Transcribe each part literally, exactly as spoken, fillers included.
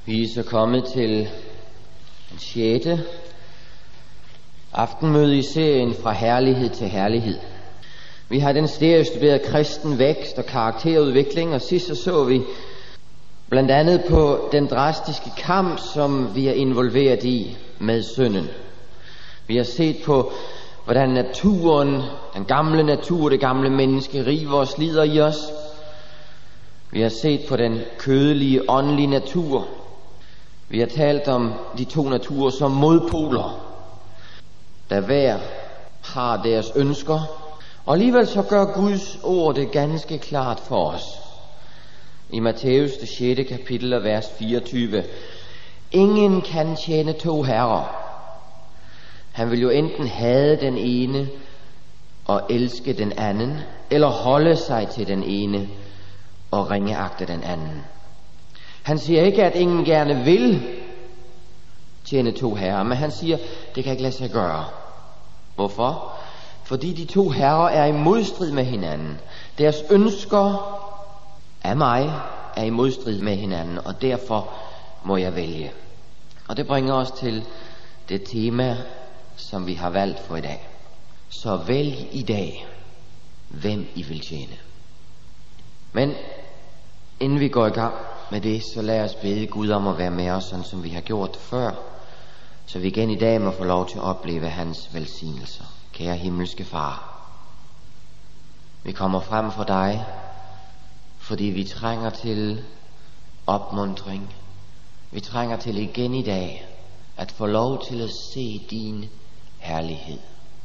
Vi er så kommet til den sjette aftenmøde i serien Fra herlighed til herlighed. Vi har den serie studeret kristen vækst og karakterudvikling, og sidst så, så vi blandt andet på den drastiske kamp, som vi er involveret i med synden. Vi har set på, hvordan naturen, den gamle natur, det gamle menneske, river og slider i os. Vi har set på den kødelige, åndelige natur. Vi har talt om de to naturer som modpoler, der hver har deres ønsker. Og alligevel så gør Guds ord det ganske klart for os. I Matthæus det sjette kapitel og vers fireogtyve. Ingen kan tjene to herrer. Han vil jo enten hade den ene og elske den anden, eller holde sig til den ene og ringeagte den anden. Han siger ikke, at ingen gerne vil tjene to herrer, men han siger, det kan ikke lade sig gøre. Hvorfor? Fordi de to herrer er i modstrid med hinanden. Deres ønsker af mig er i modstrid med hinanden, og derfor må jeg vælge. Og det bringer os til det tema, som vi har valgt for i dag. Så vælg i dag, hvem I vil tjene. Men inden vi går i gang med det, så lad os bede Gud om at være med os, sådan som vi har gjort det før, så vi igen i dag må få lov til at opleve hans velsignelser. Kære himmelske Far, vi kommer frem for dig, fordi vi trænger til opmuntring. Vi trænger til igen i dag at få lov til at se din herlighed.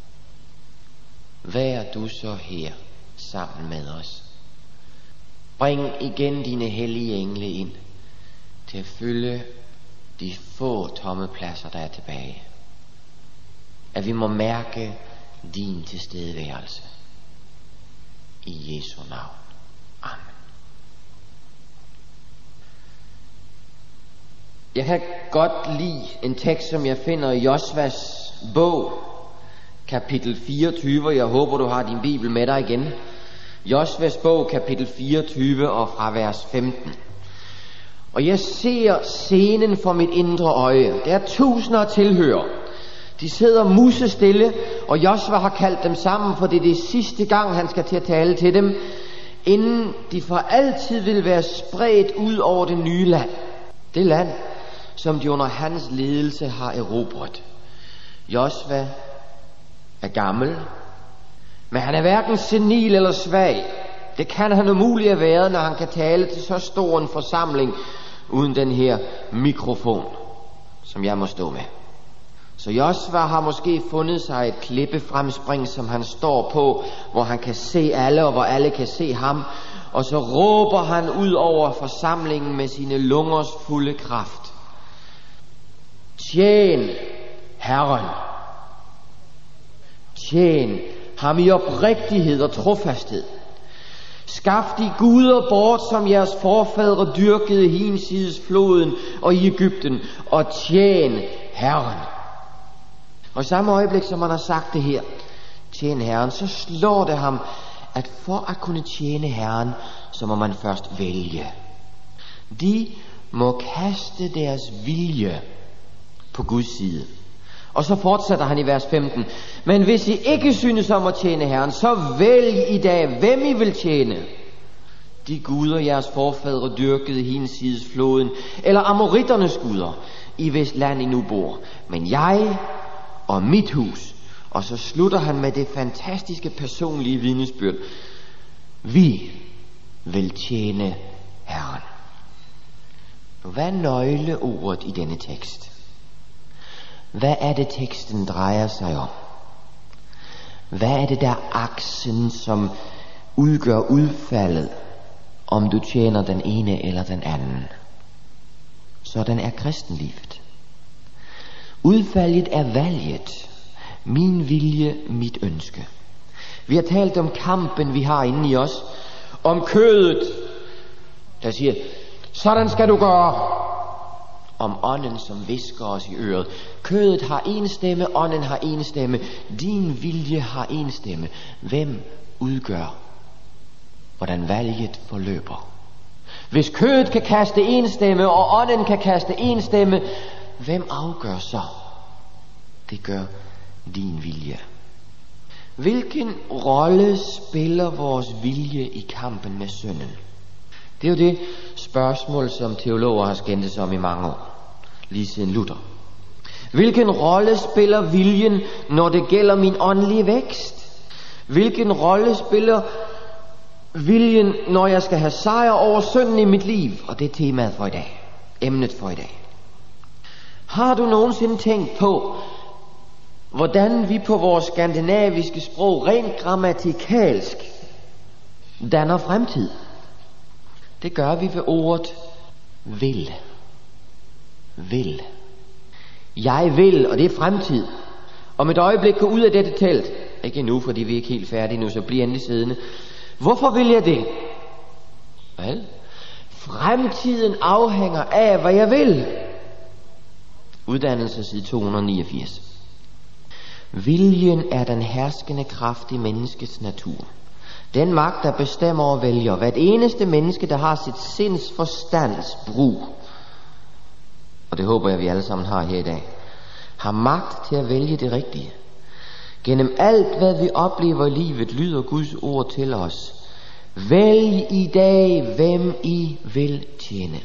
Vær du så her sammen med os. Bring igen dine hellige engle ind til at fylde de få tomme pladser, der er tilbage. At vi må mærke din tilstedeværelse. I Jesu navn. Amen. Jeg kan godt lide en tekst, som jeg finder i Josvas bog, kapitel fireogtyve. Jeg håber, du har din bibel med dig igen. Josvas bog, kapitel fireogtyve og fra vers femten. Og jeg ser scenen for mit indre øje. Der er tusinder af tilhører. De sidder musestille, og Josva har kaldt dem sammen, for det er det sidste gang, han skal til at tale til dem, inden de for altid vil være spredt ud over det nye land. Det land, som de under hans ledelse har erobret. Josva er gammel, men han er hverken senil eller svag. Det kan han umuligt have været, når han kan tale til så stor en forsamling uden den her mikrofon, som jeg må stå med. Så Josva har måske fundet sig et klippefremspring, som han står på, hvor han kan se alle, og hvor alle kan se ham. Og så råber han ud over forsamlingen med sine lungers fulde kraft. Tjen Herren. Tjen ham i oprigtighed og trofasthed. Skaf de guder bort, som jeres forfædre dyrkede hinsides floden og i Egypten, og tjen Herren. Og i samme øjeblik, som man har sagt det her, tjen Herren, så slår det ham, at for at kunne tjene Herren, så må man først vælge. De må kaste deres vilje på Guds side. Og så fortsætter han i vers femten. Men hvis I ikke synes om at tjene Herren, så vælg i dag, hvem I vil tjene. De guder, jeres forfædre dyrkede hinsides floden, eller amoritternes guder, i hvis land I nu bor. Men jeg og mit hus. Og så slutter han med det fantastiske personlige vidnesbyrd. Vi vil tjene Herren. Hvad er nøgleordet i denne tekst? Hvad er det teksten drejer sig om? Hvad er det der aksen, som udgør udfaldet, om du tjener den ene eller den anden? Sådan er kristenlivet. Udfaldet er valget. Min vilje, mit ønske. Vi har talt om kampen, vi har inde i os. Om kødet, der siger, sådan skal du gøre. Om ånden, som visker os i øret. Kødet har en stemme, ånden har en stemme. Din vilje har en stemme. Hvem udgør, hvordan valget forløber? Hvis kødet kan kaste en stemme, og ånden kan kaste en stemme, hvem afgør så? Det gør din vilje. Hvilken rolle spiller vores vilje i kampen med synden? Det er jo det spørgsmål, som teologer har skændtes om i mange år, lige siden Luther. Hvilken rolle spiller viljen, når det gælder min åndelige vækst? Hvilken rolle spiller viljen, når jeg skal have sejr over synden i mit liv? Og det er temaet for i dag, emnet for i dag. Har du nogensinde tænkt på, hvordan vi på vores skandinaviske sprog rent grammatikalsk danner fremtid? Det gør vi ved ordet vil. Vil. Jeg vil, og det er fremtid. Om et øjeblik gå ud af dette telt. Ikke endnu, fordi vi er ikke helt færdige nu, så bliv endelig siddende. Hvorfor vil jeg det? Vel, fremtiden afhænger af, hvad jeg vil. Uddannelse side to hundrede niogfirs. Viljen er den herskende kraft i menneskets natur. Den magt, der bestemmer og vælger. Hvert eneste menneske, der har sit sinds forstands brug, og det håber jeg, vi alle sammen har her i dag, har magt til at vælge det rigtige. Gennem alt, hvad vi oplever i livet, lyder Guds ord til os. Vælg i dag, hvem I vil tjene.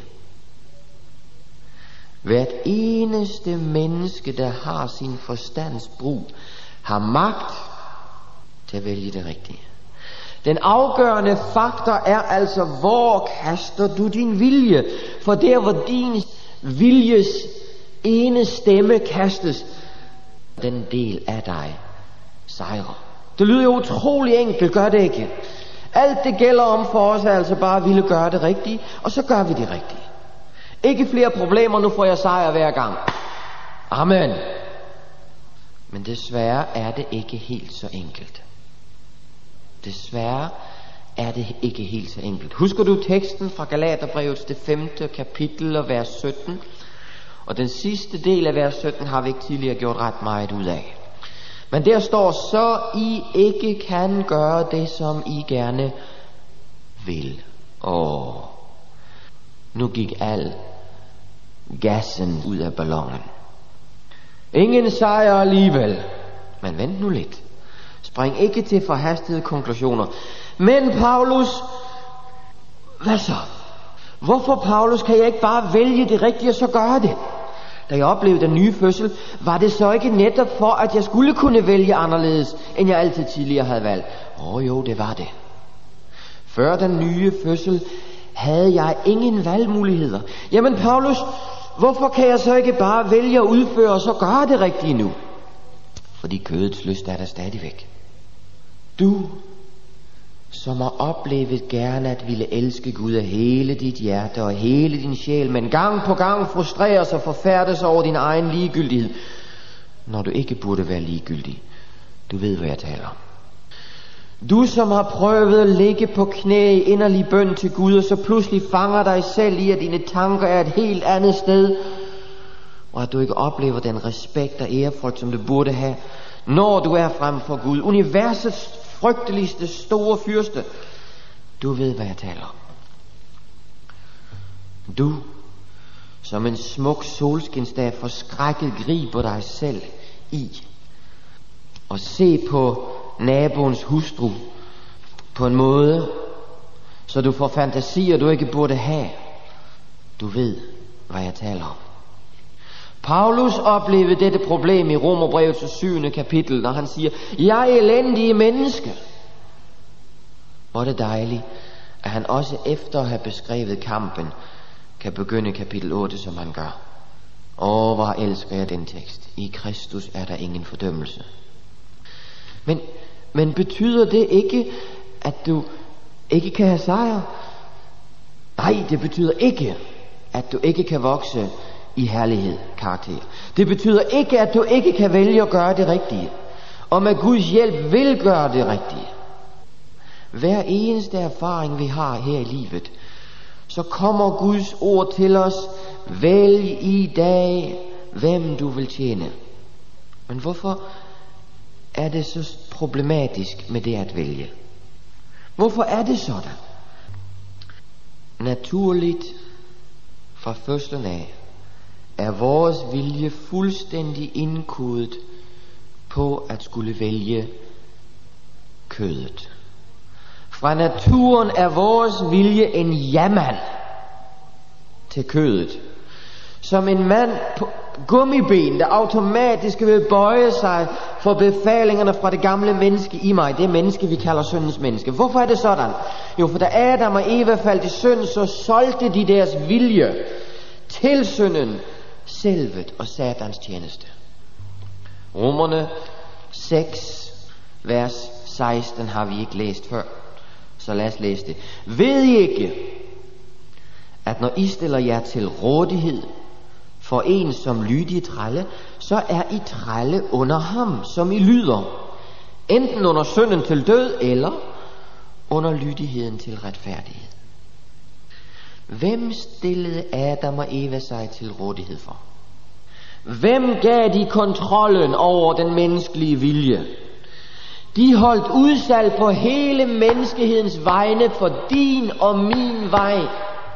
Hvert eneste menneske, der har sin forstands brug, har magt til at vælge det rigtige. Den afgørende faktor er altså, hvor kaster du din vilje? For der, hvor din viljes ene stemme kastes, den del af dig sejrer. Det lyder jo utrolig enkelt, gør det ikke? Alt det gælder om for os er altså bare at ville gøre det rigtige, og så gør vi det rigtige. Ikke flere problemer, nu får jeg sejr hver gang. Amen. Men desværre er det ikke helt så enkelt. Desværre er det ikke helt så enkelt. Husker du teksten fra Galaterbrevets det femte kapitel og vers sytten? Og den sidste del af vers sytten har vi ikke tidligere gjort ret meget ud af. Men der står, så I ikke kan gøre det, som I gerne vil. Åh, nu gik al gassen ud af ballonen. Ingen sejr alligevel. Men vent nu lidt. Spring ikke til forhastede konklusioner. Men Paulus, hvad så? Hvorfor, Paulus, kan jeg ikke bare vælge det rigtige og så gøre det? Da jeg oplevede den nye fødsel, var det så ikke netop for, at jeg skulle kunne vælge anderledes, end jeg altid tidligere havde valgt? Åh oh, jo, det var det. Før den nye fødsel havde jeg ingen valgmuligheder. Jamen Paulus, hvorfor kan jeg så ikke bare vælge at udføre og så gøre det rigtige nu? Fordi kødets lyst er der stadigvæk. Du, som har oplevet gerne at ville elske Gud af hele dit hjerte og hele din sjæl, men gang på gang frustreres og forfærdes over din egen ligegyldighed, når du ikke burde være ligegyldig. Du ved, hvad jeg taler om. Du, som har prøvet at ligge på knæ i inderlig bøn til Gud, og så pludselig fanger dig selv i, at dine tanker er et helt andet sted, og at du ikke oplever den respekt og ærefrygt, som du burde have, når du er frem for Gud, universets frygteligste store fyrste. Du ved, hvad jeg taler om. Du, som en smuk solskinsdag forskrækket griber dig selv i, og se på naboens hustru på en måde, så du får fantasier, du ikke burde have. Du ved, hvad jeg taler om. Paulus oplevede dette problem i Romerbrevets syvende kapitel, når han siger, jeg er elendig menneske. Hvor er det dejligt, at han også efter at have beskrevet kampen, kan begynde kapitel otte, som han gør. Åh, hvor elsker jeg den tekst. I Kristus er der ingen fordømmelse. Men, men betyder det ikke, at du ikke kan have sejr? Nej, det betyder ikke, at du ikke kan vokse i herlighed, karakter. Det betyder ikke, at du ikke kan vælge at gøre det rigtige, og med Guds hjælp vil gøre det rigtige. Hver eneste erfaring, vi har her i livet, så kommer Guds ord til os, vælg i dag, hvem du vil tjene. Men hvorfor er det så problematisk med det at vælge? Hvorfor er det sådan? naturligt fra fødslen af er vores vilje fuldstændig indkodet på at skulle vælge kødet. Fra naturen er vores vilje en jamen til kødet. Som en mand på gummiben, der automatisk vil bøje sig for befalingerne fra det gamle menneske i mig. Det menneske, vi kalder syndens menneske. Hvorfor er det sådan? Jo, for da Adam og Eva faldt i synd, så solgte de deres vilje til synden, selvet og satans tjeneste. Romerne seks, vers seksten har vi ikke læst før. Så lad os læse det. Ved I ikke, at når I stiller jer til rådighed for en som lydige trælle, så er I trælle under ham, som I lyder, enten under synden til død, eller under lydigheden til retfærdighed. Hvem stillede Adam og Eva sig til rådighed for? Hvem gav de kontrollen over den menneskelige vilje? De holdt udsalg på hele menneskehedens vegne for din og min vej.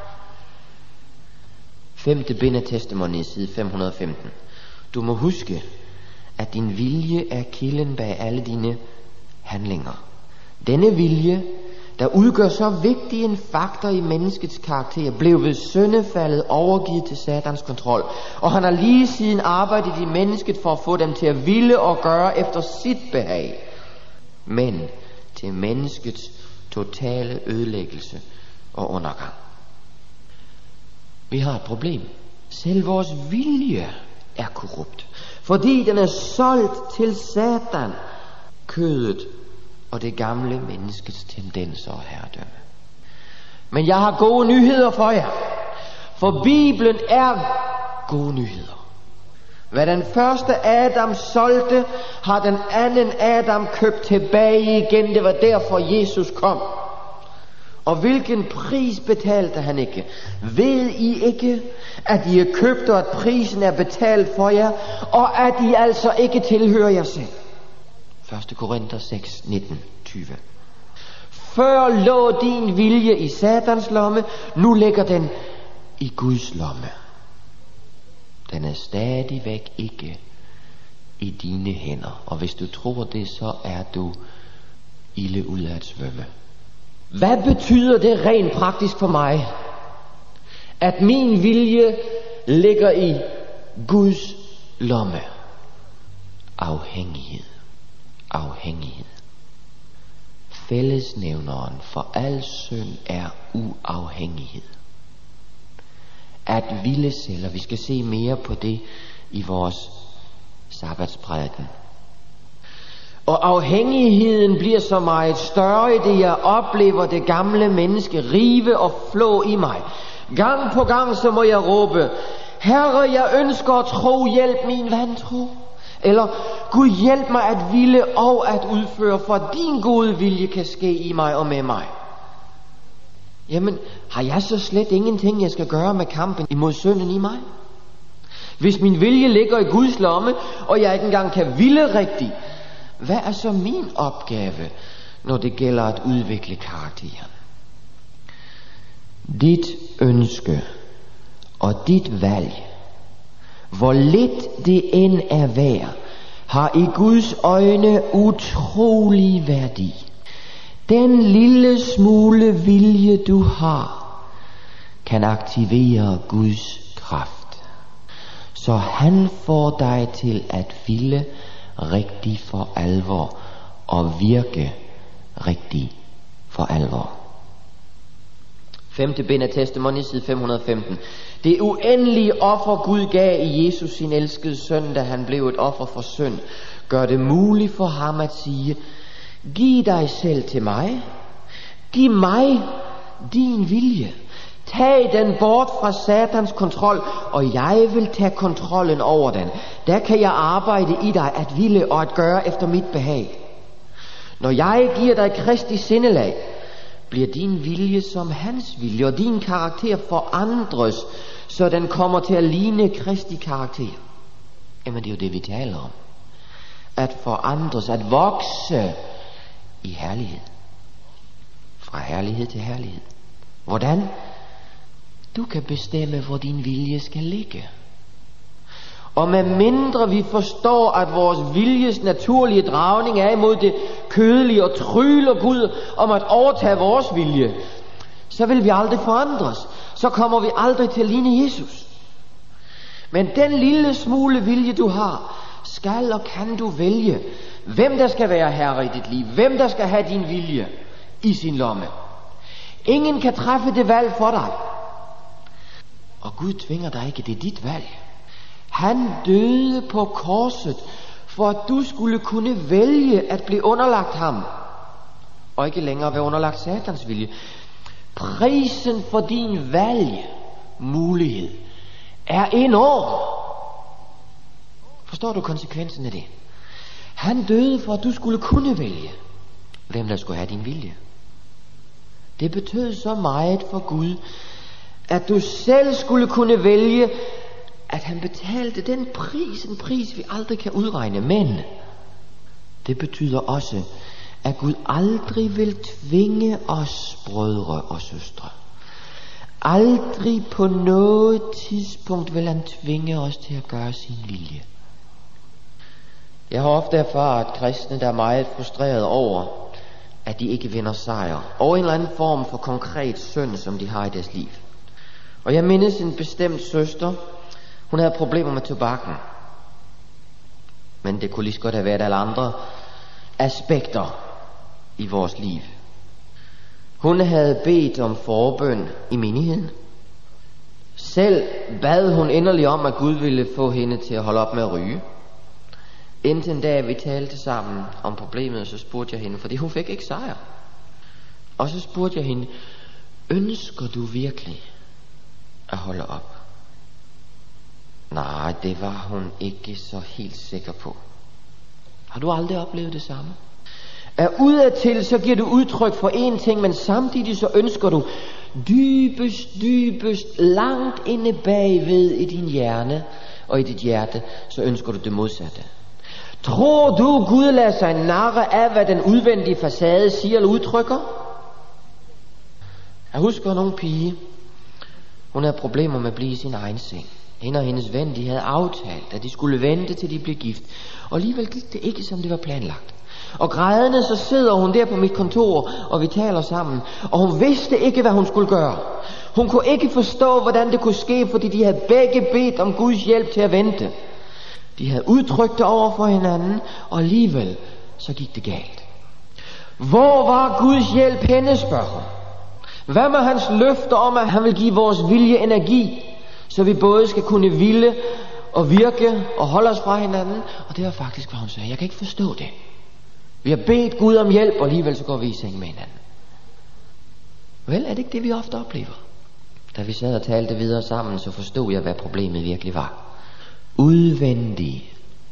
Femte bind af testimoniet, side fem hundrede og femten. Du må huske, at din vilje er kilden bag alle dine handlinger. Denne vilje, der udgør så vigtig en faktor i menneskets karakter, blev ved syndefaldet overgivet til satans kontrol. Og han har lige siden arbejdet i mennesket for at få dem til at ville og gøre efter sit behag. Men til menneskets totale ødelæggelse og undergang. Vi har et problem. Selv vores vilje er korrupt, fordi den er solgt til Satan, kødet og det gamle menneskets tendenser og herredømme. Men jeg har gode nyheder for jer, for Bibelen er gode nyheder. Hvad den første Adam solgte, har den anden Adam købt tilbage igen. Det var derfor Jesus kom. Og hvilken pris betalte han ikke? Ved I ikke, at I er købt, og at prisen er betalt for jer, og at I altså ikke tilhører jer selv? første Korinther seks, nitten, tyve. Før lå din vilje i Satans lomme, nu ligger den i Guds lomme. Den er stadigvæk ikke i dine hænder, og hvis du tror det, så er du ilde ud af at svømme. Hvad betyder det rent praktisk for mig, at min vilje ligger i Guds lomme? Afhængighed. Afhængighed. Fællesnævneren for al synd er uafhængighed. At ville celler, vi skal se mere på det i vores sabbatsprædiken. Og afhængigheden bliver så meget større, i det jeg oplever det gamle menneske rive og flå i mig. Gang på gang så må jeg råbe: Herre, jeg ønsker at tro, hjælp min vantro. Eller Gud, hjælp mig at ville og at udføre, for din gode vilje kan ske i mig og med mig. Jamen, har jeg så slet ingenting jeg skal gøre med kampen imod synden i mig? Hvis min vilje ligger i Guds lomme, og jeg ikke engang kan ville rigtigt, hvad er så min opgave, når det gælder at udvikle karakteren? Dit ønske og dit valg, hvor lidt det end er værd, har i Guds øjne utrolig værdi. Den lille smule vilje du har, kan aktivere Guds kraft, så han får dig til at ville rigtig for alvor og virke rigtig for alvor. Femte bind af testimoniet, side fem hundrede og femten. Det uendelige offer Gud gav i Jesus sin elskede søn, da han blev et offer for synd, gør det muligt for ham at sige: giv dig selv til mig, giv mig din vilje, tag den bort fra Satans kontrol, og jeg vil tage kontrollen over den. Der kan jeg arbejde i dig at ville og at gøre efter mit behag. Når jeg giver dig Kristi sindelag, bliver din vilje som hans vilje, og din karakter forandres, så den kommer til at ligne Kristi karakter. Jamen det er jo det vi taler om. At forandres, at vokse i herlighed. Fra herlighed til herlighed. Hvordan? Du kan bestemme, hvor din vilje skal ligge. Og med mindre vi forstår, at vores viljes naturlige dragning er imod det kødelige og tryller Gud om at overtage vores vilje, så vil vi aldrig forandres. Så kommer vi aldrig til at ligne Jesus. Men den lille smule vilje du har, skal og kan du vælge, hvem der skal være herre i dit liv, hvem der skal have din vilje i sin lomme. Ingen kan træffe det valg for dig. Og Gud tvinger dig ikke, det er dit valg. Han døde på korset, for at du skulle kunne vælge at blive underlagt ham, og ikke længere være underlagt Satans vilje. Prisen for din valgmulighed er enorm. Forstår du konsekvensen af det? Han døde for at du skulle kunne vælge, hvem der skulle have din vilje. Det betød så meget for Gud, at du selv skulle kunne vælge, at han betalte den pris, en pris vi aldrig kan udregne. Men det betyder også, at Gud aldrig vil tvinge os brødre og søstre. Aldrig på noget tidspunkt vil han tvinge os til at gøre sin vilje. Jeg har ofte erfaret kristne, der er meget frustreret over, at de ikke vinder sejr over en eller anden form for konkret synd, som de har i deres liv. Og jeg mindes en bestemt søster. Hun havde problemer med tobakken, men det kunne lige så godt have været alle andre aspekter i vores liv. Hun havde bedt om forbøn i menigheden. Selv bad hun inderligt om, at Gud ville få hende til at holde op med at ryge. Indtil en dag vi talte sammen om problemet, så spurgte jeg hende, fordi hun fik ikke sejr. Og så spurgte jeg hende, ønsker du virkelig at holde op? Nej, det var hun ikke så helt sikker på. Har du aldrig oplevet det samme? At udadtil så giver du udtryk for én ting, men samtidig så ønsker du dybest, dybest, langt inde bagved i din hjerne og i dit hjerte, så ønsker du det modsatte. Tror du, Gud lader sig narre af, hvad den udvendige facade siger eller udtrykker? Jeg husker nogle pige. Hun havde problemer med at blive i sin egen seng. Hende og hendes ven, de havde aftalt, at de skulle vente til de blev gift. Og alligevel gik det ikke, som det var planlagt. Og grædende så sidder hun der på mit kontor, og vi taler sammen. Og hun vidste ikke, hvad hun skulle gøre. Hun kunne ikke forstå, hvordan det kunne ske, fordi de havde begge bedt om Guds hjælp til at vente. De havde udtrykt det over for hinanden, og alligevel så gik det galt. Hvor var Guds hjælp henne, spørger hun. Hvad med hans løfter om, at han vil give vores vilje energi, så vi både skal kunne ville og virke og holde os fra hinanden? Og det var faktisk, hvad hun sagde. Jeg kan ikke forstå det. Vi har bedt Gud om hjælp, og alligevel så går vi i seng med hinanden. Vel, er det ikke det, vi ofte oplever? Da vi sad og talte videre sammen, så forstod jeg, hvad problemet virkelig var. Udvendigt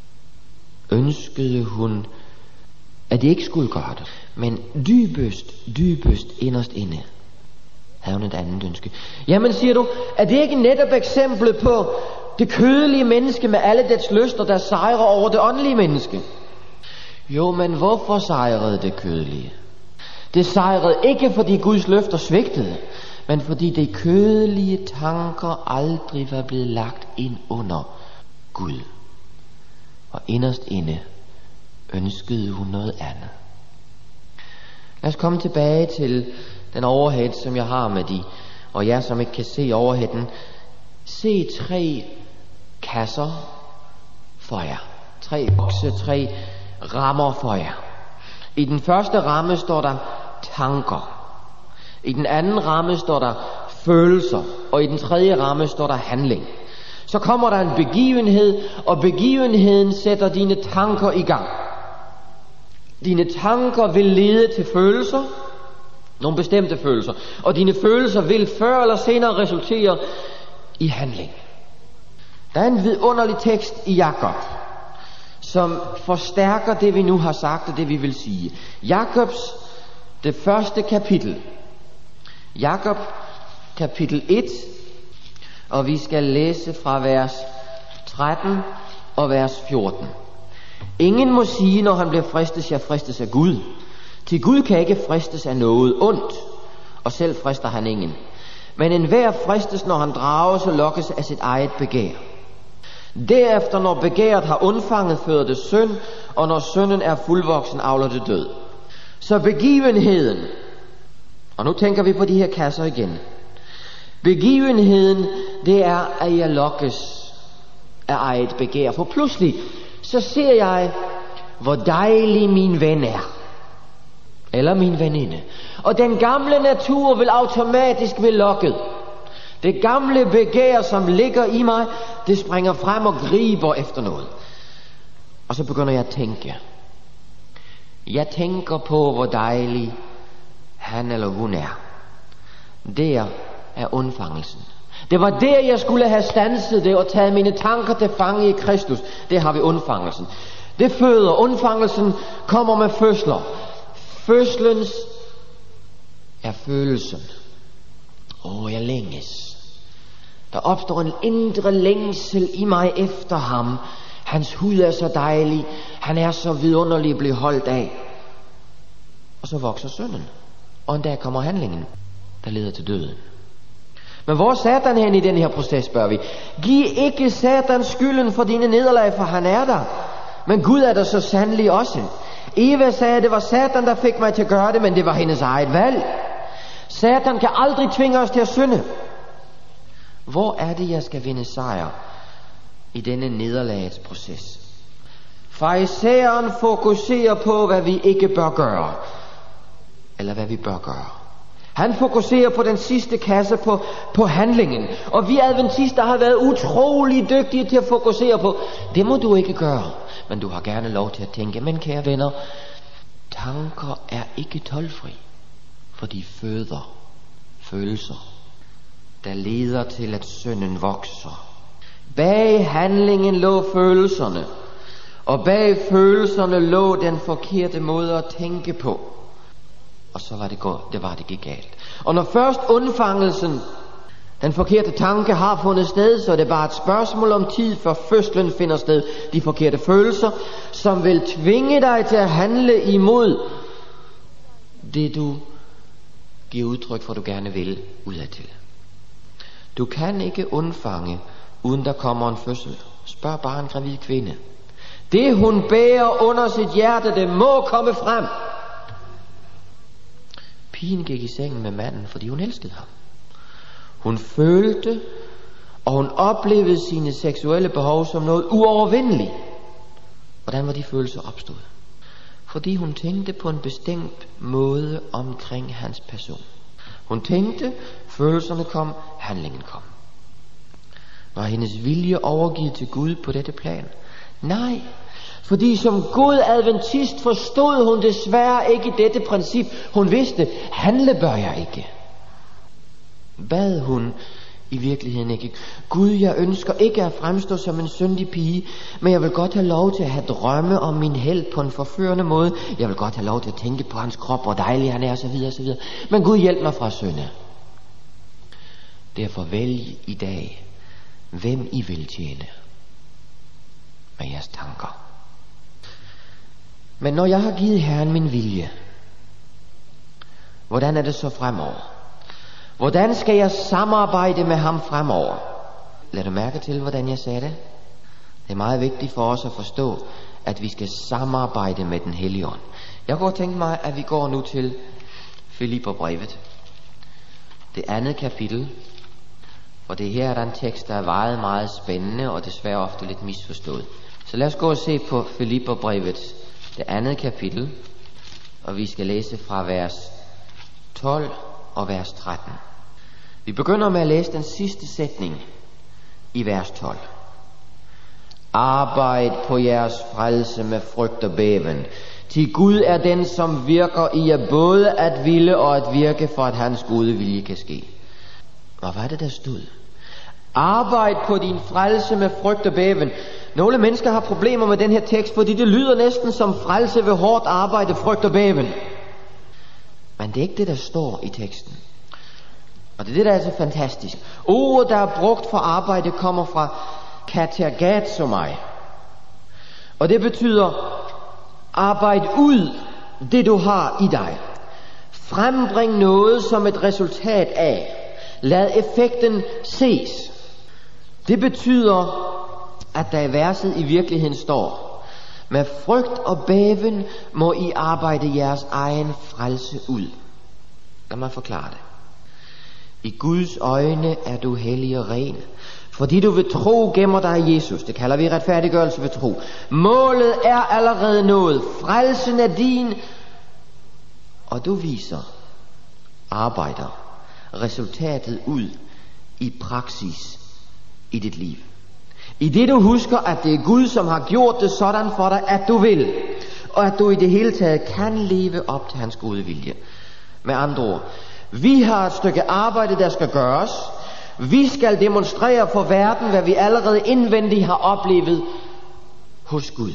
ønskede hun, at det ikke skulle gøre det. Men dybest, dybest inderst inde havde hun et andet ønske. Jamen, siger du, er det ikke netop eksemplet på det kødelige menneske med alle dets lyster, der sejrer over det åndelige menneske? Jo, men hvorfor sejrede det kødelige? Det sejrede ikke, fordi Guds løfter svigtede, men fordi de kødelige tanker aldrig var blevet lagt ind under Gud. Og inderst inde ønskede hun noget andet. Lad os komme tilbage til den overhead, som jeg har med de, og jer, som ikke kan se overheaden. Se tre kasser for jer. Tre bokse, tre rammer for jer. I den første ramme står der tanker. I den anden ramme står der følelser. Og i den tredje ramme står der handling. Så kommer der en begivenhed, og begivenheden sætter dine tanker i gang. Dine tanker vil lede til følelser, nogle bestemte følelser, og dine følelser vil før eller senere resultere i handling. Der er en vidunderlig tekst i Jakob, som forstærker det, vi nu har sagt, og det, vi vil sige. Jakobs, det første kapitel. Jakob, kapitel et, og vi skal læse fra vers tretten og vers fjorten. Ingen må sige, når han bliver fristet, jeg fristes af Gud. Til Gud kan ikke fristes af noget ondt, og selv frister han ingen. Men enhver fristes, når han drages og lokkes af sit eget begær. Derefter, når begæret har undfanget, føder det synd, og når synden er fuldvoksen, avler det død. Så begivenheden, og nu tænker vi på de her kasser igen. Begivenheden, det er, at jeg lokkes af eget begær. For pludselig, så ser jeg, hvor dejlig min ven er. Eller min veninde. Og den gamle natur vil automatisk blive lokket. Det gamle begær, som ligger i mig, det springer frem og griber efter noget. Og så begynder jeg at tænke. Jeg tænker på, hvor dejlig han eller hun er. Der er undfangelsen. Det var der, jeg skulle have standset det og taget mine tanker til fange i Kristus. Det har vi undfangelsen. Det føder. Undfangelsen kommer med fødsler. Fødslens er følelsen. Åh, oh, jeg længes. Der opstår en indre længsel i mig efter ham. Hans hud er så dejlig. Han er så vidunderlig at blive holdt af. Og så vokser synden. Og en dag kommer handlingen, der leder til døden. Men hvor er Satan hen i den her proces, spørger vi. Giv ikke Satan skylden for dine nederlag, for han er der. Men Gud er der så sandelig også. Eva sagde, at det var Satan, der fik mig til at gøre det, men det var hendes eget valg. Satan kan aldrig tvinge os til at synde. Hvor er det, jeg skal vinde sejr i denne nederlagets proces? Farisæeren fokuserer på, hvad vi ikke bør gøre. Eller hvad vi bør gøre. Han fokuserer på den sidste kasse, på, på handlingen. Og vi adventister har været utrolig dygtige til at fokusere på, det må du ikke gøre. Men du har gerne lov til at tænke, men kære venner, tanker er ikke toldfri, for de føder følelser, der leder til, at synden vokser. Bag handlingen lå følelserne, og bag følelserne lå den forkerte måde at tænke på. Og så var det, gå, det var det gik galt. Og når først undfangelsen, den forkerte tanke, har fundet sted, så er det bare et spørgsmål om tid, før fødslen finder sted. De forkerte følelser, som vil tvinge dig til at handle imod det, du giver udtryk for, du gerne vil udadtil. Du kan ikke undfange, uden der kommer en fødsel. Spørg bare en gravid kvinde. Det, hun bærer under sit hjerte, det må komme frem. Pigen gik i sengen med manden, fordi hun elskede ham. Hun følte, og hun oplevede sine seksuelle behov som noget uovervindeligt. Hvordan var de følelser opstået? Fordi hun tænkte på en bestemt måde omkring hans person. Hun tænkte, følelserne kom, handlingen kom. Var hendes vilje overgivet til Gud på dette plan? Nej, fordi som god adventist forstod hun desværre ikke dette princip. Hun vidste, handle bør jeg ikke. Bad hun i virkeligheden ikke. Gud, jeg ønsker ikke at fremstå som en syndig pige, men jeg vil godt have lov til at have drømme om min helt på en forførende måde. Jeg vil godt have lov til at tænke på hans krop, hvor dejlig han er, og så videre, og så videre. Men Gud, hjælp mig fra synde. Derfor vælg i dag, hvem I vil tjene med jeres tanker. Men når jeg har givet Herren min vilje, hvordan er det så fremover? Hvordan skal jeg samarbejde med ham fremover? Lad du mærke til, hvordan jeg sagde det? Det er meget vigtigt for os at forstå, at vi skal samarbejde med den Hellige Ånd. Jeg kunne tænke mig, at vi går nu til Filipperbrevet. Det andet kapitel. For det her er der en tekst, der er meget, meget spændende, og desværre ofte lidt misforstået. Så lad os gå og se på Filipperbrevet, det andet kapitel. Og vi skal læse fra vers tolv og vers tretten. Vi begynder med at læse den sidste sætning i vers tolv. Arbejd på jeres frelse med frygt og bæven. Til Gud er den, som virker i jer både at ville og at virke, for at hans gode vilje kan ske. Hvad var det, der stod? Arbejd på din frelse med frygt og bæven. Nogle mennesker har problemer med den her tekst, fordi det lyder næsten som frelse ved hårdt arbejde, frygt og bæven. Men det er ikke det, der står i teksten. Og det er det, der er så fantastisk. Ordet, der er brugt for arbejde, kommer fra katergazomai. Og det betyder, arbejd ud det, du har i dig. Frembring noget som et resultat af. Lad effekten ses. Det betyder, at der i verset i virkeligheden står: med frygt og bæven må I arbejde jeres egen frelse ud. Lad mig forklare det. I Guds øjne er du hellig og ren, fordi du ved tro gemmer dig i Jesus. Det kalder vi retfærdiggørelse ved tro. Målet er allerede nået. Frelsen er din, og du viser, arbejder resultatet ud i praksis i dit liv. I det du husker, at det er Gud, som har gjort det sådan for dig, at du vil, og at du i det hele taget kan leve op til hans gode vilje. Med andre ord, vi har et stykke arbejde, der skal gøres. Vi skal demonstrere for verden, hvad vi allerede indvendigt har oplevet hos Gud.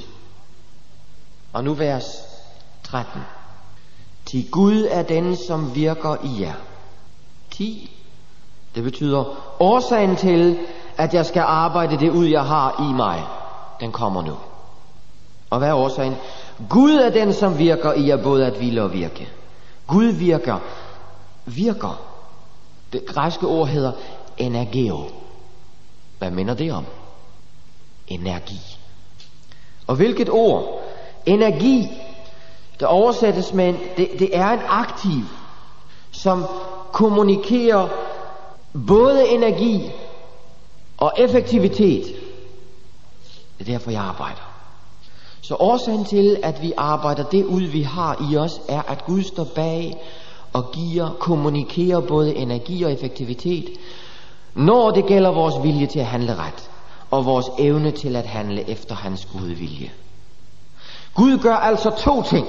Og nu vers tretten. Til Gud er den, som virker i jer. ti. Det betyder årsagen til, at jeg skal arbejde det ud, jeg har i mig. Den kommer nu. Og hvad er årsagen? Gud er den, som virker i jer, både at hvile og virke. Gud virker. Virker. Det græske ord hedder energeo. Hvad minder det om? Energi. Og hvilket ord? Energi, der oversættes med en, det, det er en aktiv, som kommunikerer både energi og effektivitet. Det er derfor jeg arbejder. Så årsagen til at vi arbejder det ud vi har i os, er at Gud står bag og giver, kommunikerer både energi og effektivitet, når det gælder vores vilje til at handle ret, og vores evne til at handle efter hans gode vilje. Gud gør altså to ting.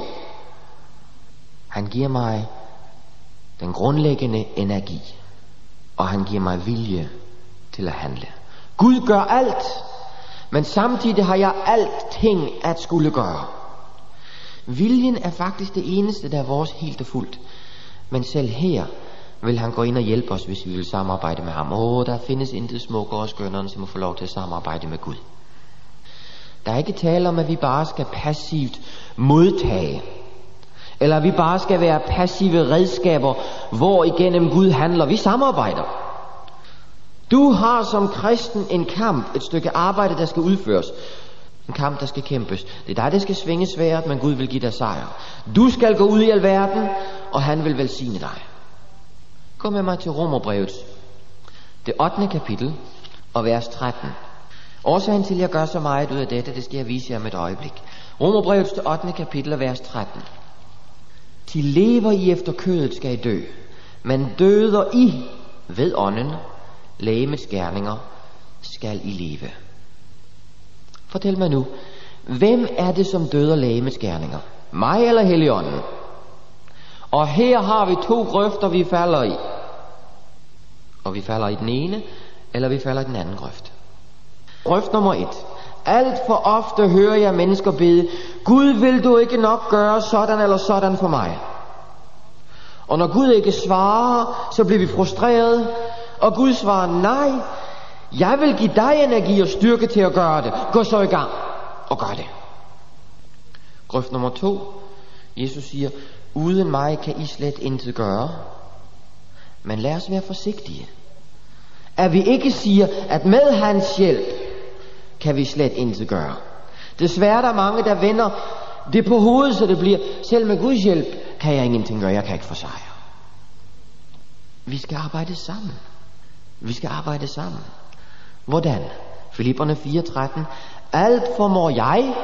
Han giver mig den grundlæggende energi, og han giver mig vilje til at handle. Gud gør alt, men samtidig har jeg alting at skulle gøre. Viljen er faktisk det eneste, der er vores helt og fuldt. Men selv her vil han gå ind og hjælpe os, hvis vi vil samarbejde med ham. Åh, der findes intet smukkere og skønnere, end som at få lov til at samarbejde med Gud. Der er ikke tale om, at vi bare skal passivt modtage, eller at vi bare skal være passive redskaber, hvor igennem Gud handler. Vi samarbejder. Du har som kristen en kamp, et stykke arbejde, der skal udføres. En kamp, der skal kæmpes. Det er dig, der skal svinge sværdet, men Gud vil give dig sejr. Du skal gå ud i alverden, og han vil velsigne dig. Gå med mig til Romerbrevet, det ottende kapitel, og vers tretten. Årsagen til, at jeg gør så meget ud af dette, det skal jeg vise jer om et øjeblik. Romerbrevet, det ottende kapitel, og vers tretten. Til lever I efter kødet, skal I dø, men døder I ved ånden, legemets gerninger, skal I leve. Fortæl mig nu, hvem er det, som døder legemets gerninger? Mig eller Helligånden? Og her har vi to grøfter, vi falder i. Og vi falder i den ene, eller vi falder i den anden grøft. Grøft nummer et. Alt for ofte hører jeg mennesker bede: Gud, vil du ikke nok gøre sådan eller sådan for mig? Og når Gud ikke svarer, så bliver vi frustreret. Og Gud svarer: nej, jeg vil give dig energi og styrke til at gøre det. Gå så i gang og gør det. Grøft nummer to. Jesus siger: uden mig kan I slet intet gøre. Men lad os være forsigtige. At vi ikke siger, at med hans hjælp kan vi slet intet gøre. Desværre er der mange, der vender det på hovedet, så det bliver: selv med Guds hjælp kan jeg ingenting gøre, jeg kan ikke få sejr. Vi skal arbejde sammen. Vi skal arbejde sammen. Hvordan? Filipperne fire tretten. Alt formår jeg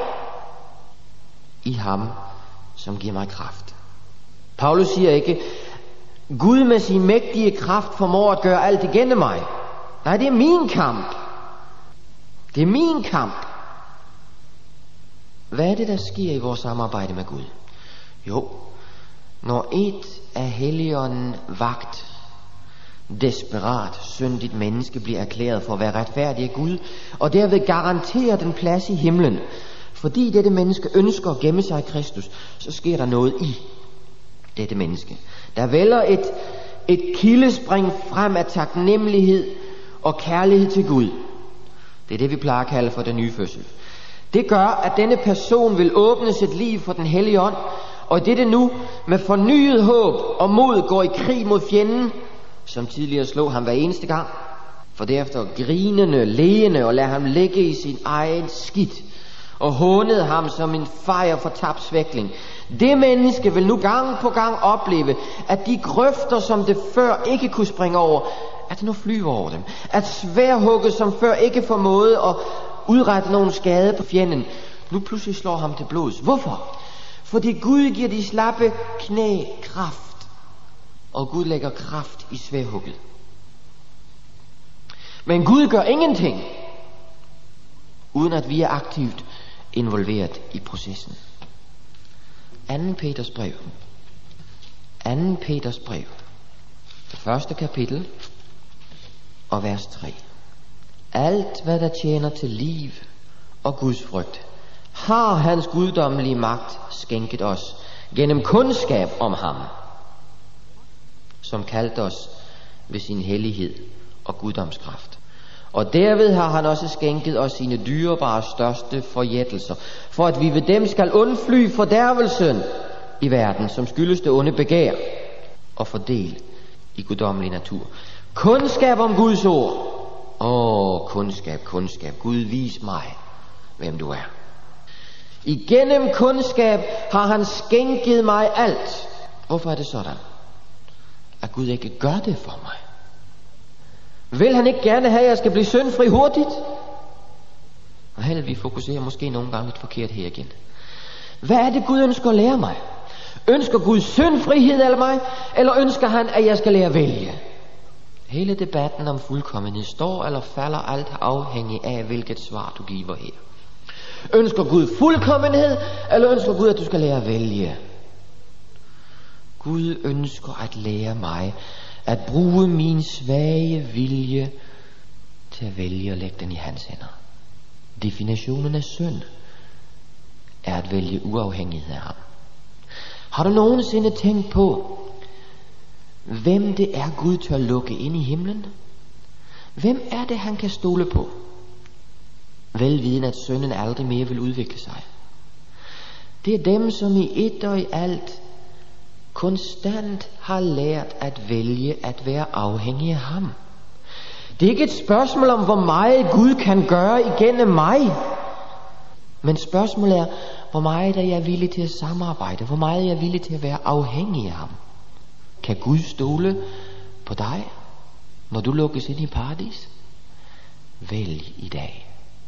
i ham, som giver mig kraft. Paulus siger ikke: Gud med sin mægtige kraft formår at gøre alt igennem mig. Nej, det er min kamp. Det er min kamp. Hvad er det, der sker i vores samarbejde med Gud? Jo, når et af Helligånden vagt, desperat, syndigt menneske bliver erklæret for at være retfærdig af Gud, og derved garanterer den plads i himlen, fordi dette menneske ønsker at gemme sig i Kristus, så sker der noget i dette menneske. Der vælger et, et kildespring frem af taknemmelighed og kærlighed til Gud. Det er det, vi plejer at kalde for den nye fødsel. Det gør, at denne person vil åbne sit liv for den hellige ånd, og det det nu med fornyet håb og mod går i krig mod fjenden, som tidligere slog ham hver eneste gang, for derefter grinende, lægende og lade ham ligge i sin egen skidt, og hånede ham som en fejr for tabt svækling. Det menneske vil nu gang på gang opleve, at de grøfter, som det før ikke kunne springe over, at det nu flyver over dem. At sværhugget, som før ikke formåede at udrette nogen skade på fjenden, nu pludselig slår ham til blods. Hvorfor? Fordi Gud giver de slappe knæ kraft, og Gud lægger kraft i sværhugget. Men Gud gør ingenting, uden at vi er aktivt involveret i processen. Anden Peters brev. Anden Peters brev. Det første kapitel og vers tre. Alt hvad der tjener til liv og Guds frygt, har hans guddommelige magt skænket os gennem kundskab om ham, som kaldte os ved sin hellighed og guddomskraft. Og derved har han også skænket os sine dyrebare største forjættelser, for at vi ved dem skal undfly fordærvelsen i verden, som skyldes det onde begær, og fordel i guddommelig natur. Kundskab om Guds ord. Åh, kundskab, kundskab. Gud, vis mig, hvem du er. Igennem kundskab har han skænket mig alt. Hvorfor er det sådan, at Gud ikke gør det for mig? Vil han ikke gerne have, at jeg skal blive syndfri hurtigt? Og held, vi fokuserer måske nogle gange lidt forkert her igen. Hvad er det, Gud ønsker at lære mig? Ønsker Gud syndfrihed af mig, eller ønsker han, at jeg skal lære at vælge? Hele debatten om fuldkommenhed står eller falder alt afhængig af, hvilket svar du giver her. Ønsker Gud fuldkommenhed, eller ønsker Gud, at du skal lære at vælge? Gud ønsker at lære mig at bruge min svage vilje til at vælge og lægge den i hans hænder. Definitionen af synd er at vælge uafhængighed af ham. Har du nogensinde tænkt på, hvem det er Gud tør lukke ind i himlen? Hvem er det han kan stole på? Velviden at synden aldrig mere vil udvikle sig. Det er dem, som i et og i alt konstant har lært at vælge at være afhængig af ham. Det er ikke et spørgsmål om, hvor meget Gud kan gøre igennem mig, men spørgsmålet er, hvor meget er jeg villig til at samarbejde, hvor meget er jeg villig til at være afhængig af ham. Kan Gud stole på dig, når du lukkes ind i paradis? Vælg i dag.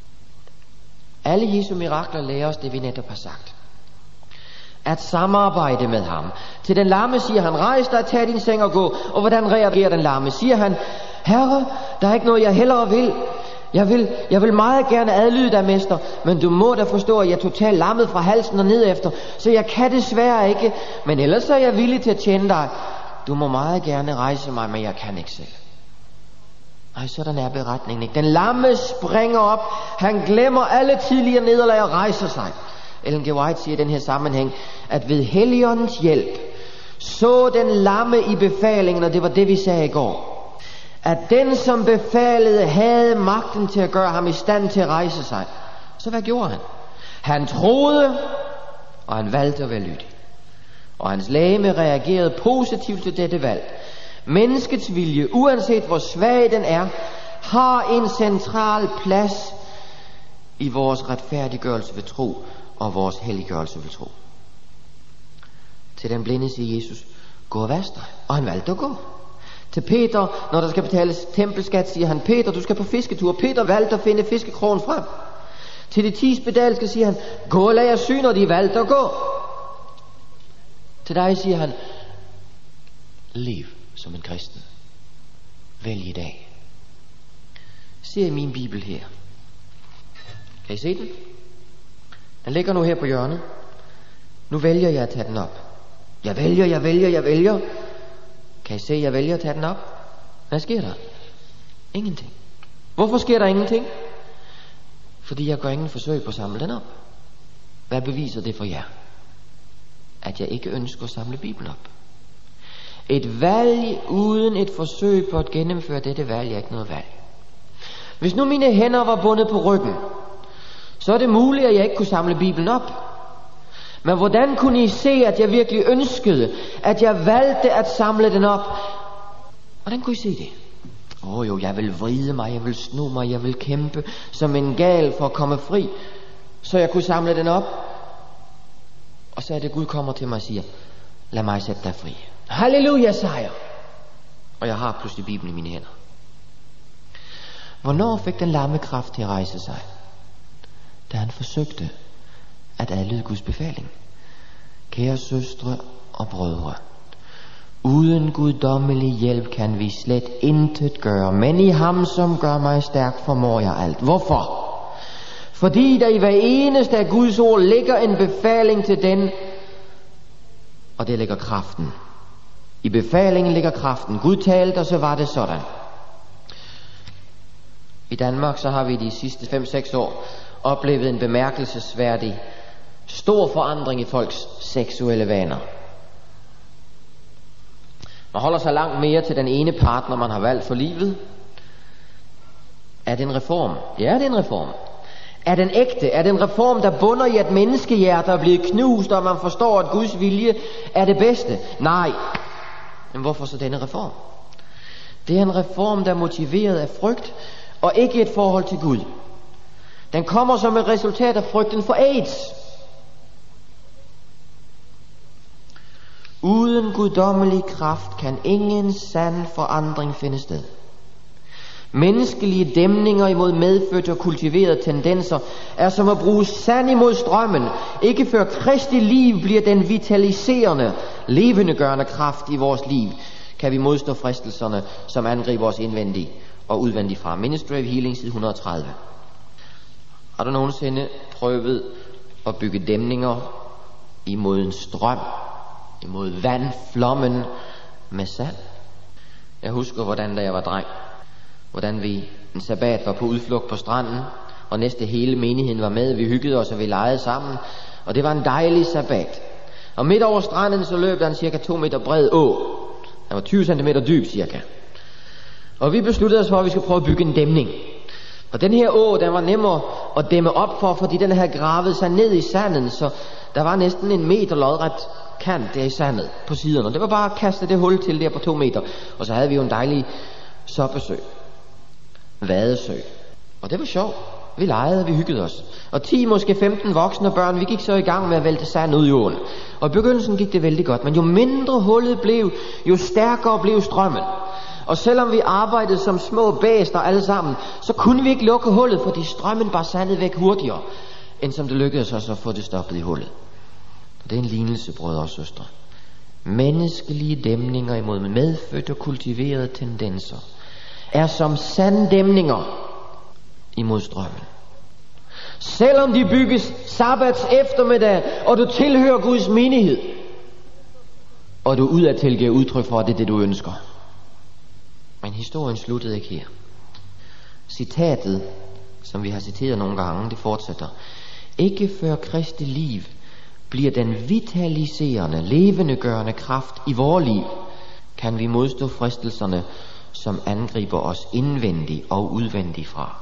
Alle Jesu mirakler lærer os det, vi netop har sagt. At samarbejde med ham. Til den lamme siger han, rejs dig, tag din seng og gå. Og hvordan reagerer den lamme? Siger han, Herre, der er ikke noget jeg hellere vil. Jeg vil, jeg vil meget gerne adlyde dig, mester, men du må da forstå, at jeg er totalt lammet fra halsen og ned efter, så jeg kan desværre ikke, men ellers er jeg villig til at tjene dig. Du må meget gerne rejse mig, men jeg kan ikke selv. Nej, sådan er beretningen ikke. Den lamme springer op, han glemmer alle tidligere nederlag og rejser sig. Ellen G. White siger i den her sammenhæng, at ved Helligåndens hjælp så den lamme i befalingen, og det var det vi sagde i går, at den som befalede havde magten til at gøre ham i stand til at rejse sig. Så hvad gjorde han? Han troede, og han valgte at være lydig. Og hans legeme reagerede positivt til dette valg. Menneskets vilje, uanset hvor svag den er, har en central plads i vores retfærdiggørelse ved tro og vores helliggørelse ved tro. Til den blinde siger Jesus, gå og vask dig. Og han valgte at gå. Til Peter, når der skal betales tempelskat, siger han, Peter, du skal på fisketur. Peter valgte at finde fiskekrogen frem. Til de ti spedalske siger han, gå og lad jer syn, og de valgte at gå. Til dig siger han, lev som en kristen. Vælg i dag. Se i min bibel her. Kan I se den? Den ligger nu her på hjørnet. Nu vælger jeg at tage den op. Jeg vælger, jeg vælger, jeg vælger. Kan I se, jeg vælger at tage den op? Hvad sker der? Ingenting. Hvorfor sker der ingenting? Fordi jeg gør ingen forsøg på at samle den op. Hvad beviser det for jer? At jeg ikke ønsker at samle Bibelen op. Et valg uden et forsøg på at gennemføre dette valg er ikke noget valg. Hvis nu mine hænder var bundet på ryggen, så er det muligt, at jeg ikke kunne samle Bibelen op. Men hvordan kunne I se, at jeg virkelig ønskede, at jeg valgte at samle den op? Hvordan kunne I se det? Åh oh, jo, jeg vil vride mig, jeg vil sno mig, jeg vil kæmpe som en gal for at komme fri, så jeg kunne samle den op. Og så er det, Gud kommer til mig og siger, lad mig sætte dig fri. Halleluja, sejr. Og jeg har pludselig Bibelen i mine hænder. Hvornår fik den lamme kraft til at rejse sig? Da han forsøgte at adlyde Guds befaling. Kære søstre og brødre, uden guddommelig hjælp kan vi slet intet gøre, men i ham, som gør mig stærk, formår jeg alt. Hvorfor? Fordi der i hver eneste af Guds ord ligger en befaling til den, og det ligger kraften. I befalingen ligger kraften. Gud talte, og så var det sådan. I Danmark så har vi de sidste fem seks år oplevet en bemærkelsesværdig stor forandring i folks seksuelle vaner. Man holder sig langt mere til den ene partner, man har valgt for livet. Er det en reform? Ja, det er en reform. Er den ægte? Er det en reform, der bunder i, at menneskehjerter er blevet knust, og man forstår, at Guds vilje er det bedste? Nej. Men hvorfor så denne reform? Det er en reform, der er motiveret af frygt, og ikke et forhold til Gud. Den kommer som et resultat af frygten for AIDS. Uden guddommelig kraft kan ingen sand forandring finde sted. Menneskelige dæmninger imod medfødte og kultiverede tendenser er som at bruge sand imod strømmen. Ikke før Kristi liv bliver den vitaliserende, levendegørende kraft i vores liv, kan vi modstå fristelserne, som angriber os indvendigt og udvendigt fra. Ministry of Healing, side et hundrede og tredive. Har du nogensinde prøvet at bygge dæmninger imod en strøm, imod vandflommen med sand? Jeg husker, hvordan da jeg var dreng, hvordan vi en sabbat var på udflugt på stranden, og næste hele menigheden var med. Vi hyggede os, og vi legede sammen, og det var en dejlig sabbat. Og midt over stranden så løb der en cirka to meter bred å. Den var tyve centimeter dyb cirka. Og vi besluttede os for, at vi skulle prøve at bygge en dæmning. Og den her å, den var nemmere at dæmme op for, fordi den havde gravet sig ned i sanden, så der var næsten en meter lodret kant der i sandet på siderne. Og det var bare at kaste det hul til der på to meter. Og så havde vi jo en dejlig soppesø. Vadesø. Og det var sjovt. Vi legede, og vi hyggede os. Og ti, måske femten voksne børn, vi gik så i gang med at vælte sand ud i åen. Og i begyndelsen gik det vældig godt, men jo mindre hullet blev, jo stærkere blev strømmen. Og selvom vi arbejdede som små bæster alle sammen, så kunne vi ikke lukke hullet, fordi strømmen bare sandede væk hurtigere, end som det lykkedes os at få det stoppet i hullet. Og det er en lignelse, brødre og søstre. Menneskelige dæmninger imod medfødte og kultiverede tendenser er som sanddæmninger imod strømmen. Selvom de bygges sabbats eftermiddag, og du tilhører Guds menighed, og du udadtil giver udtryk for, at det er det, du ønsker. Men historien sluttede ikke her. Citatet, som vi har citeret nogle gange, det fortsætter. Ikke før Kristi liv bliver den vitaliserende, levendegørende kraft i vores liv, kan vi modstå fristelserne, som angriber os indvendigt og udvendigt fra.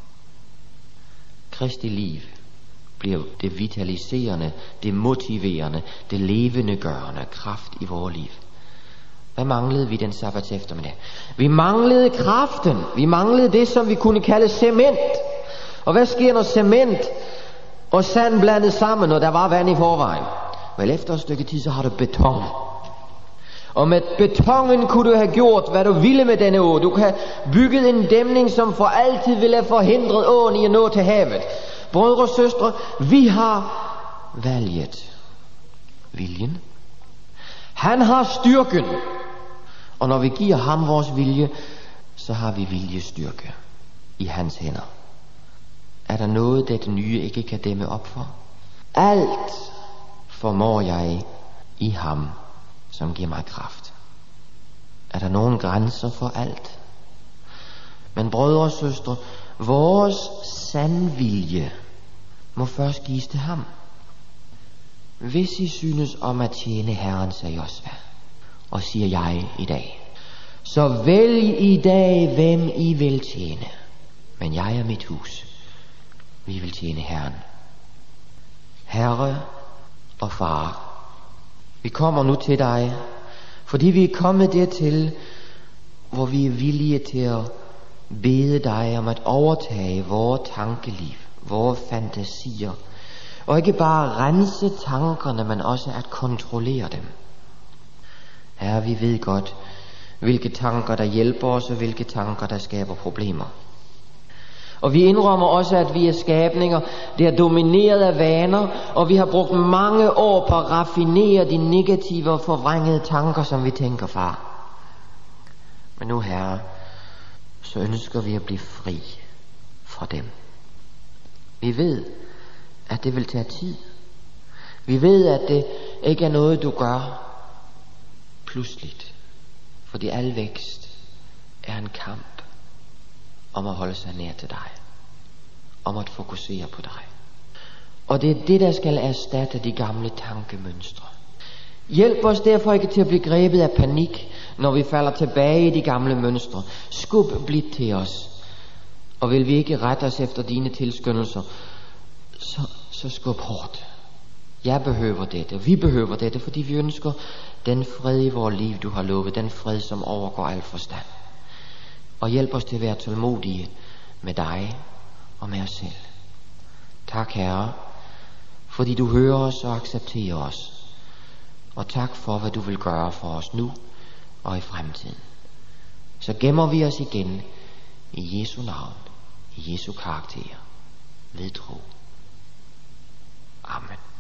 Kristi liv bliver det vitaliserende, det motiverende, det levendegørende kraft i vores liv. Hvad manglede vi den sabbats eftermiddag? Vi manglede kraften. Vi manglede det, som vi kunne kalde cement. Og hvad sker, når cement og sand blandet sammen, når der var vand i forvejen? Vel, efter et stykke tid, så har du beton. Og med betongen kunne du have gjort, hvad du ville med denne å. Du kan have bygget en dæmning, som for altid ville have forhindret åen i at nå til havet. Brødre og søstre, vi har valget. Viljen. Han har styrken. Og når vi giver ham vores vilje, så har vi viljestyrke i hans hænder. Er der noget, dette nye ikke kan dæmme op for? Alt formår jeg i ham, som giver mig kraft. Er der nogen grænser for alt? Men brødre og søstre, vores sandvilje må først gives til ham. Hvis I synes om at tjene Herren, sagde Josva, og siger jeg i dag, så vælg i dag, hvem I vil tjene. Men jeg og mit hus, vi vil tjene Herren. Herre og Far, vi kommer nu til dig, fordi vi er kommet dertil, hvor vi er villige til at bede dig om at overtage vores tankeliv, vores fantasier, og ikke bare rense tankerne, men også at kontrollere dem. Herre, vi ved godt, hvilke tanker der hjælper os, og hvilke tanker der skaber problemer. Og vi indrømmer også, at vi er skabninger, der er domineret af vaner, og vi har brugt mange år på at raffinere de negative og forvrængede tanker, som vi tænker, far. Men nu, Herre, så ønsker vi at blive fri fra dem. Vi ved, at det vil tage tid. Vi ved, at det ikke er noget, du gør pludseligt. Fordi al vækst er en kamp om at holde sig nær til dig. Om at fokusere på dig. Og det er det, der skal erstatte de gamle tankemønstre. Hjælp os derfor ikke til at blive grebet af panik, når vi falder tilbage i de gamle mønstre. Skub blidt til os. Og vil vi ikke rette os efter dine tilskyndelser, så, så skub hårdt. Jeg behøver dette, vi behøver dette, fordi vi ønsker den fred i vores liv, du har lovet. Den fred, som overgår al forstand. Og hjælp os til at være tålmodige med dig og med os selv. Tak, Herre, fordi du hører os og accepterer os. Og tak for, hvad du vil gøre for os nu og i fremtiden. Så gemmer vi os igen i Jesu navn, i Jesu karakter, ved tro. Amen.